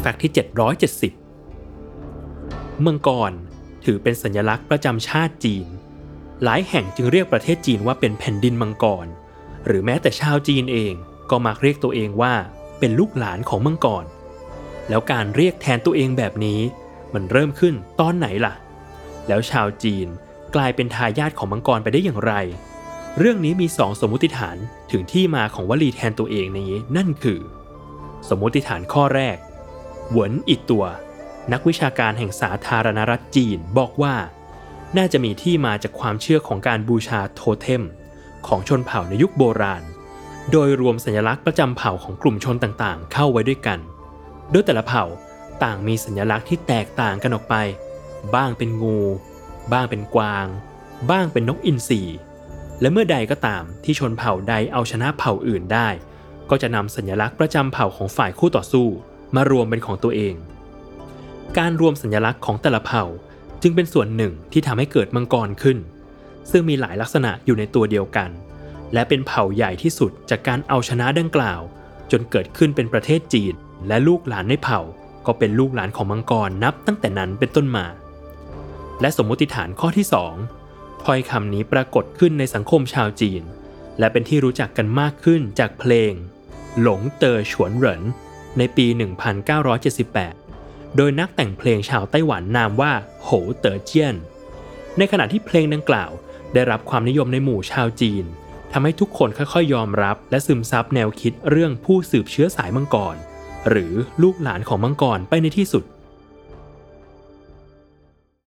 แฟกต์ที่770มังกรถือเป็นสัญลักษณ์ประจำชาติจีนหลายแห่งจึงเรียกประเทศจีนว่าเป็นแผ่นดินมังกรหรือแม้แต่ชาวจีนเองก็มักเรียกตัวเองว่าเป็นลูกหลานของมังกรแล้วการเรียกแทนตัวเองแบบนี้มันเริ่มขึ้นตอนไหนล่ะแล้วชาวจีนกลายเป็นทายาทของมังกรไปได้อย่างไรเรื่องนี้มี2สมมุติฐานถึงที่มาของวลีแทนตัวเองนี้นั่นคือสมมุติฐานข้อแรกเหวินอีตัวนักวิชาการแห่งสาธารณรัฐจีนบอกว่าน่าจะมีที่มาจากความเชื่อของการบูชาโทเทมของชนเผ่าในยุคโบราณโดยรวมสัญลักษณ์ประจำเผ่าของกลุ่มชนต่างๆเข้าไว้ด้วยกันโดยแต่ละเผ่าต่างมีสัญลักษณ์ที่แตกต่างกันออกไปบ้างเป็นงูบ้างเป็นกวางบ้างเป็นนกอินทรีและเมื่อใดก็ตามที่ชนเผ่าใดเอาชนะเผ่าอื่นได้ก็จะนำสัญลักษณ์ประจำเผ่าของฝ่ายคู่ต่อสู้มารวมเป็นของตัวเองการรวมสัญลักษณ์ของแต่ละเผ่าจึงเป็นส่วนหนึ่งที่ทำให้เกิดมังกรขึ้นซึ่งมีหลายลักษณะอยู่ในตัวเดียวกันและเป็นเผ่าใหญ่ที่สุดจากการเอาชนะดังกล่าวจนเกิดขึ้นเป็นประเทศจีนและลูกหลานในเผ่าก็เป็นลูกหลานของมังกรนับตั้งแต่นั้นเป็นต้นมาและสมมติฐานข้อที่2ถ้อยคำนี้ปรากฏขึ้นในสังคมชาวจีนและเป็นที่รู้จักกันมากขึ้นจากเพลงหลงเตอฉวนเหรินในปี 1978 โดยนักแต่งเพลงชาวไต้หวันนามว่าโหเต๋อเจี้ยนในขณะที่เพลงดังกล่าวได้รับความนิยมในหมู่ชาวจีนทำให้ทุกคนค่อยๆยอมรับและซึมซับแนวคิดเรื่องผู้สืบเชื้อสายมังกรหรือลูกหลานของมังกรไปในที่สุด